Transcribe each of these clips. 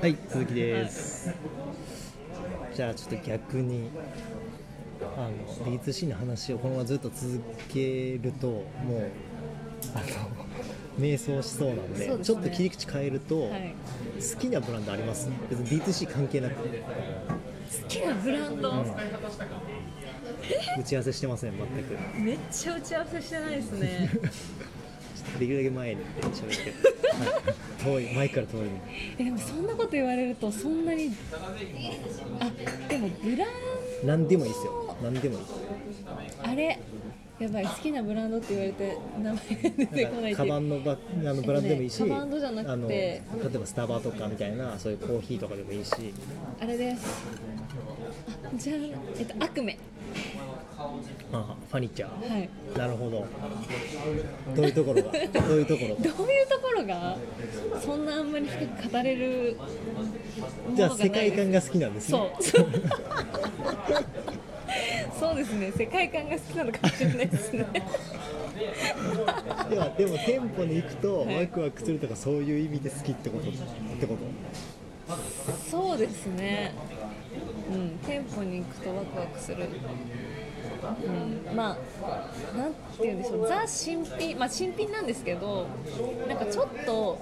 はい、鈴木です。じゃあちょっと逆にD2C の話をこのままずっと続けるともう迷走しそうなんで、ちょっと切り口変えると、好きなブランドあります？別に D2C 関係なく。 好きなブランド、 打ち合わせしてません、全く。 めっちゃ打ち合わせしてないですね。 できるだけ前に喋って、遠い、マイクから遠い。 でもそんなこと言われるとそんなにでもブランド何でもいいですよ、何でもいい。 あれやばい、好きなブランドって言われて名前が出てこないっていう。 カバンのブランドでもいいし、 カバンドじゃなくて例えばスタバとかみたいなそういうコーヒーとかでもいいし。 あれです。じゃあ、アクメ。 ファニチャー、 はい。 なるほど。どういうところがどういうところがそんなあんまり深く語れるものがない。 じゃあ世界観が好きなんですね。 そうそうですね、世界観が好きなのかもしれないですね。 でも店舗に行くとワクワクするとか、そういう意味で好きってこと？ そうですね、店舗に行くとワクワクする。まあなんて言うんでしょう、ザ新品、新品なんですけど、なんかちょっと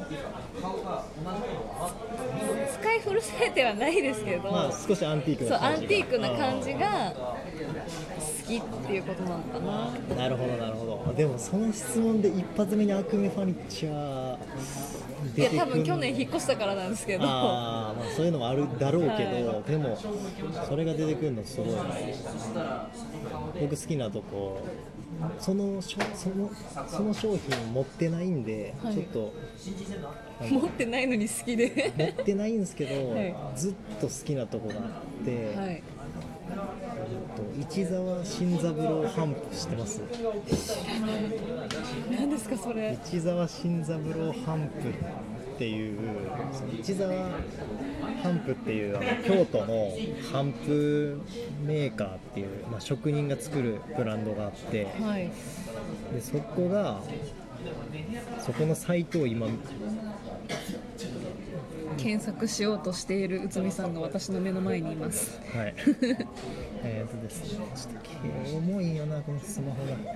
使い古されてはないですけど、 少しアンティークな感じが。 そう、アンティークな感じが好きっていうことなのかな。 なるほどなるほど。でもその質問で一発目にアクメファニチャーいや、多分去年引っ越したからなんですけど。 そういうのもあるだろうけど、でもそれが出てくるのすごいな。僕好きなとこ、その商品持ってないんで、ちょっと持ってないのに好きで持ってないんですけど、ずっと好きなとこがあって、市沢新三郎ハンプ知ってます？ 何ですかそれ？ 市沢新三郎ハンプっていう、市沢ハンプっていう京都のハンプメーカーっていう、職人が作るブランドがあって、でそこのサイトを今検索しようとしている内海さんが私の目の前にいます。 はい。ですね、ちょっと重いよなこのスマホが。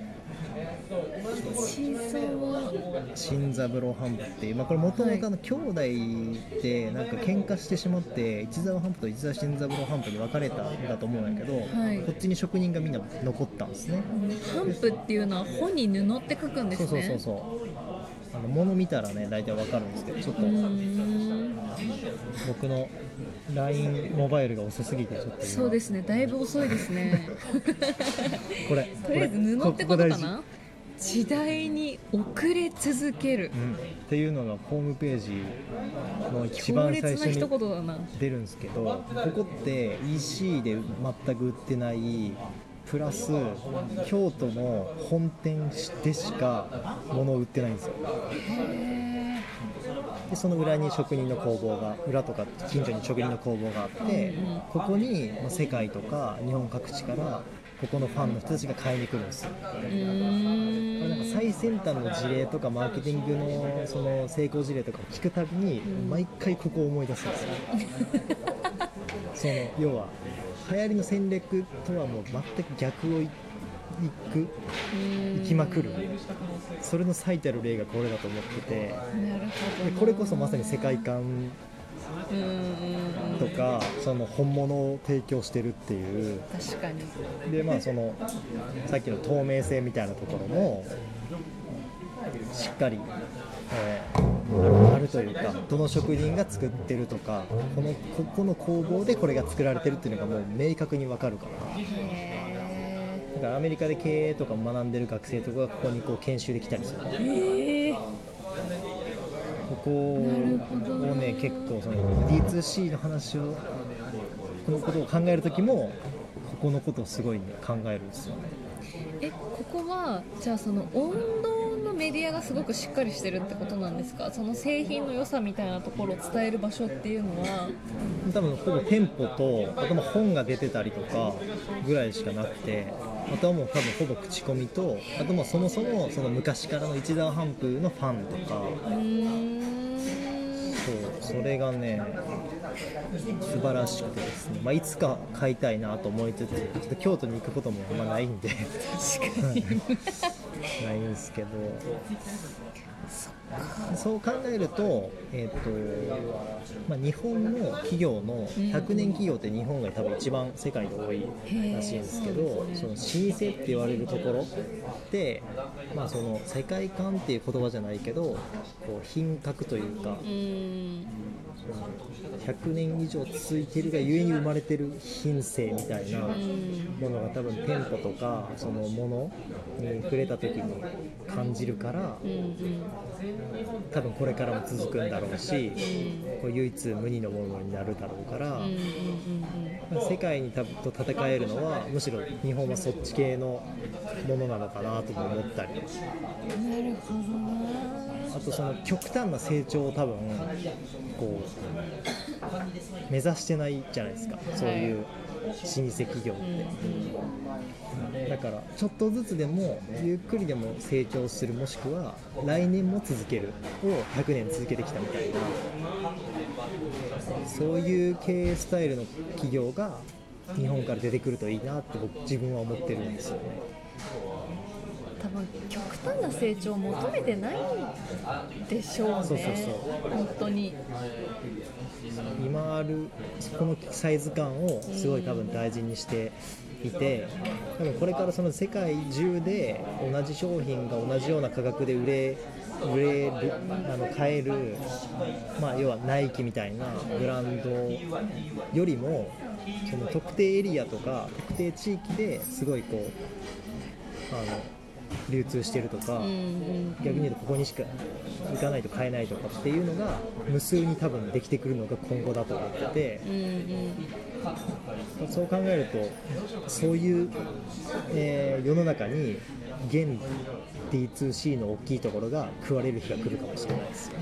新三郎ハンプっていう、これ元々兄弟でなんか喧嘩してしまって市沢ハンプと市沢新三郎ハンプに分かれたんだと思うんだけど、こっちに職人がみんな残ったんですね。 ハンプっていうのは穂に布って書くんですね。 そう物見たらね大体分かるんですけど、ちょっと僕の LINE モバイルが遅すぎてちょっと。 そうですね、だいぶ遅いですね。 これとりあえず布ってことかな。時代に遅れ続ける、 っていうのがホームページの一番最初に出るんですけど、ここって EC で全く売ってないプラス京都の本店でしか物を売ってないんですよ。でその裏に職人の工房が、裏とか近所に職人の工房があって、ここに世界とか日本各地からここのファンの人たちが買いに来るんですよ。なんか最先端の事例とかマーケティングのその成功事例とかを聞くたびに毎回ここを思い出すんですよ。その要は流行りの戦略とはもう全く逆を行きまくる、それの最たる例がこれだと思ってて、でこれこそまさに世界観とかその本物を提供してるっていう。 確かに。 でそのさっきの透明性みたいなところもしっかり、あるというか、どの職人が作ってるとか、ここの工房でこれが作られてるっていうのがもう明確に分かるから。だからアメリカで経営とか学んでる学生とかがここにこう研修で来たりする。ここをね、結構その D2C の話を、このことを考えるときもここのことをすごい、考えるんですよね。 ここはじゃあその温度のメディアがすごくしっかりしてるってことなんですか？その製品の良さみたいなところを伝える場所っていうのは多分ほぼ店舗と、あと本が出てたりとかぐらいしかなくて、あとはもう多分ほぼ口コミと、あとそもそもその昔からの市沢ハンプのファンとかそれがね素晴らしくてですね、いつか買いたいなと思いつつ、ちょっと京都に行くこともあんまないんで確かにないんですけど、そう考えると、日本の企業の100年企業って日本が多分一番世界で多いらしいんですけど、その老舗って言われるところって、その世界観っていう言葉じゃないけど、こう品格というか、100年以上続いてるがゆえに生まれてる品性みたいなものが多分店舗とかそのものに触れた時に感じるから、多分これからも続くんだろうし、こう唯一無二のものになるだろうから、世界にと戦えるのはむしろ日本はそっち系のものなのかなとも思ったり。 なるほどな。 あとその極端な成長を多分こう目指してないじゃないですか、そういう老舗企業って、だからちょっとずつでもゆっくりでも成長する、もしくは来年も続けるを100年続けてきたみたいな、そういう経営スタイルの企業が日本から出てくるといいなって自分は思ってるんですよね。 多分極端な成長を求めてないんでしょうね。 そう本当に今あるこのサイズ感をすごい多分大事にしていて、多分これからその世界中で同じ商品が同じような価格で売れる買える、要はナイキみたいなブランドよりも、その特定エリアとか特定地域ですごいこう流通してるとか、逆に言うとここにしか行かないと買えないとかっていうのが無数に多分できてくるのが今後だと思ってて、そう考えるとそういう、世の中に現 D2C の大きいところが食われる日が来るかもしれないですよ。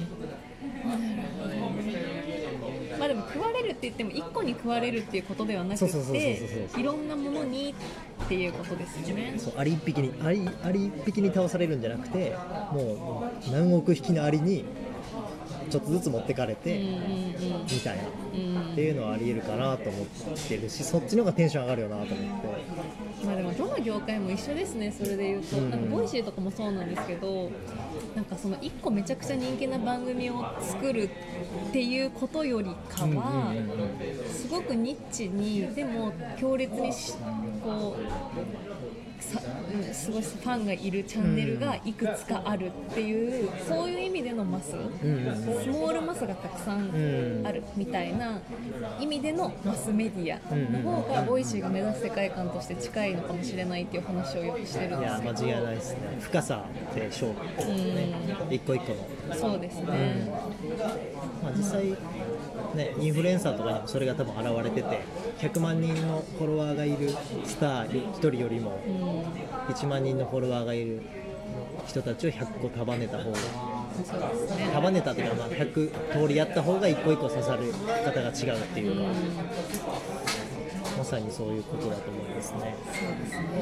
でも食われるって言っても1個に食われるっていうことではなくて、いろんなものにっていうことですよね。 そう、アリ一匹に倒されるんじゃなくて、もう何億匹のアリにちょっとずつ持ってかれて、みたいな、っていうのはありえるかなと思ってるし、そっちの方がテンション上がるよなと思って。 でもどの業界も一緒ですね。それで言うと、なんかボイシーとかもそうなんですけど、なんかその1個めちゃくちゃ人気な番組を作るっていうことよりかは、すごくニッチにでも強烈にこうすごいファンがいるチャンネルがいくつかあるっていう、そういう意味でのマス、スモールマスがたくさんあるみたいな意味でのマスメディアの方がボイシーが目指す世界観として近いのかもしれないっていう話をよくしてるんですけど。 いや間違いないですね。深さで勝負ですね、一個一個の。 そうですね、 実際ね、インフルエンサーとかにもそれが多分現れてて、100万人のフォロワーがいるスター1人よりも1万人のフォロワーがいる人たちを100個束ねた方が、束ねたというか、100通りやった方が一個一個刺さる方が違うっていうのは、まさにそういうことだと思いますね。 そうですね。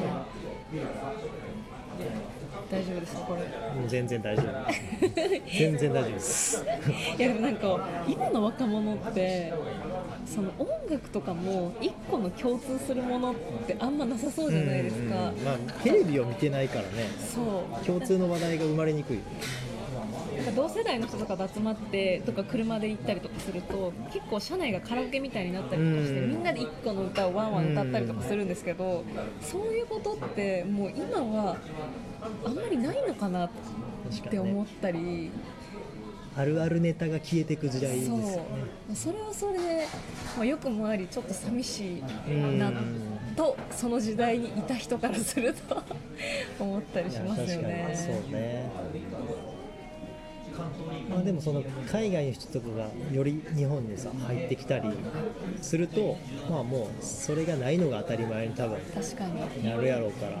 大丈夫ですかこれ？ 全然大丈夫全然大丈夫ですいやでもなんか今の若者ってその音楽とかも一個の共通するものってあんまなさそうじゃないですか。 テレビを見てないからね。 そう共通の話題が生まれにくい。 なんか同世代の人とかで集まってとか車で行ったりとかすると結構車内がカラオケみたいになったりとかしてみんなで一個の歌をワンワン歌ったりとかするんですけど、そういうことってもう今はあんまりないのかなって思ったり、 あるあるネタが消えていく時代ですよね。 それはそれで、良くもありちょっと寂しいなとその時代にいた人からすると思ったりしますよね。 そうね。でもその海外の人とかがより日本に入ってきたりすると、もうそれがないのが当たり前に多分なるやろうから、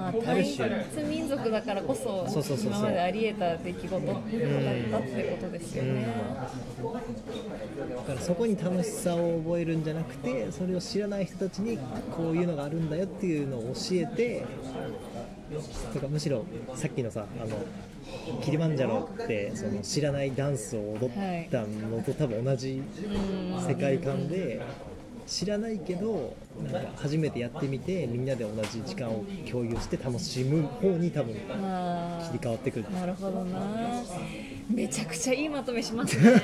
単一民族だからこそ今まであり得た出来事だったってことですよね。 だからそこに楽しさを覚えるんじゃなくて、それを知らない人たちにこういうのがあるんだよっていうのを教えて、 とかむしろさっきのさキリマンジャロってその知らないダンスを踊ったのと多分同じ世界観で、知らないけどなんか初めてやってみてみんなで同じ時間を共有して楽しむ方に多分切り替わってくる。 なるほどな。めちゃくちゃいいまとめしますね。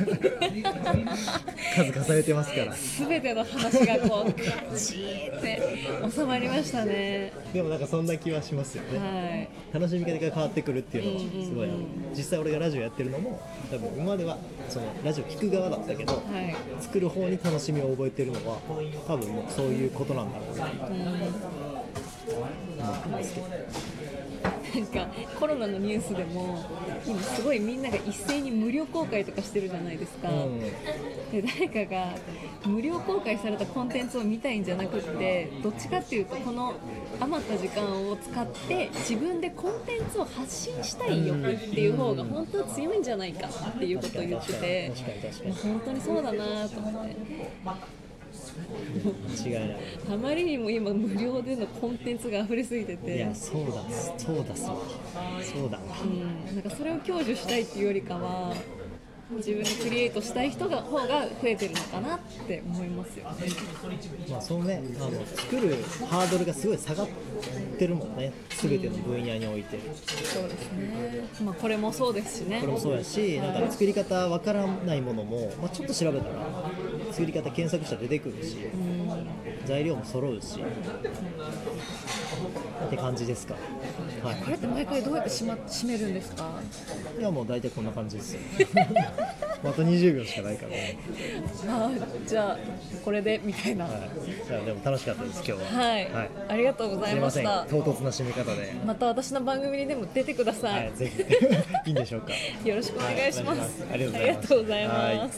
数重ねてますから。 全ての話がこうカチーって収まりましたね。 でもなんかそんな気はしますよね、 はい、 楽しみ方が変わってくるっていうのはすごいある、実際俺がラジオやってるのも多分今まではそのラジオ聞く側だったけど、 はい、 作る方に楽しみを覚えてるのは多分もうそういうことなんだろうなと思ってますけど、 なんかコロナのニュースでも今すごいみんなが一斉に無料公開とかしてるじゃないですか、で誰かが無料公開されたコンテンツを見たいんじゃなくってどっちかっていうとこの余った時間を使って自分でコンテンツを発信したい欲っていう方が本当は強いんじゃないかっていうことを言ってて、本当にそうだなと思って。 間違いない。 あまりにも今無料でのコンテンツが溢れすぎてて、 いやそうだなんかそれを享受したいっていうよりかは自分でクリエイトしたい人が方が増えてるのかなって思いますよね。 まあそうね、作るハードルがすごい下がってるもんね、全ての分野において、 そうですね、まあ、これもそうですしね。 これもそうやし、なんか作り方わからないものも、まあ、ちょっと調べたら作り方検索したら出てくるし、材料も揃うしって感じですか。はい、 これって毎回どうやって締めるんですか？ いやもう大体こんな感じですよ。また20秒しかないからね。 じゃあこれでみたいな、 はい、じゃあでも楽しかったです今日は。 はい、はい、ありがとうございました。 すいません、唐突な締め方で。 また私の番組にでも出てください。 はい、ぜひいいんでしょうか。 よろしくお願いします。 はい、ありがとうございます。 ありがとうございます。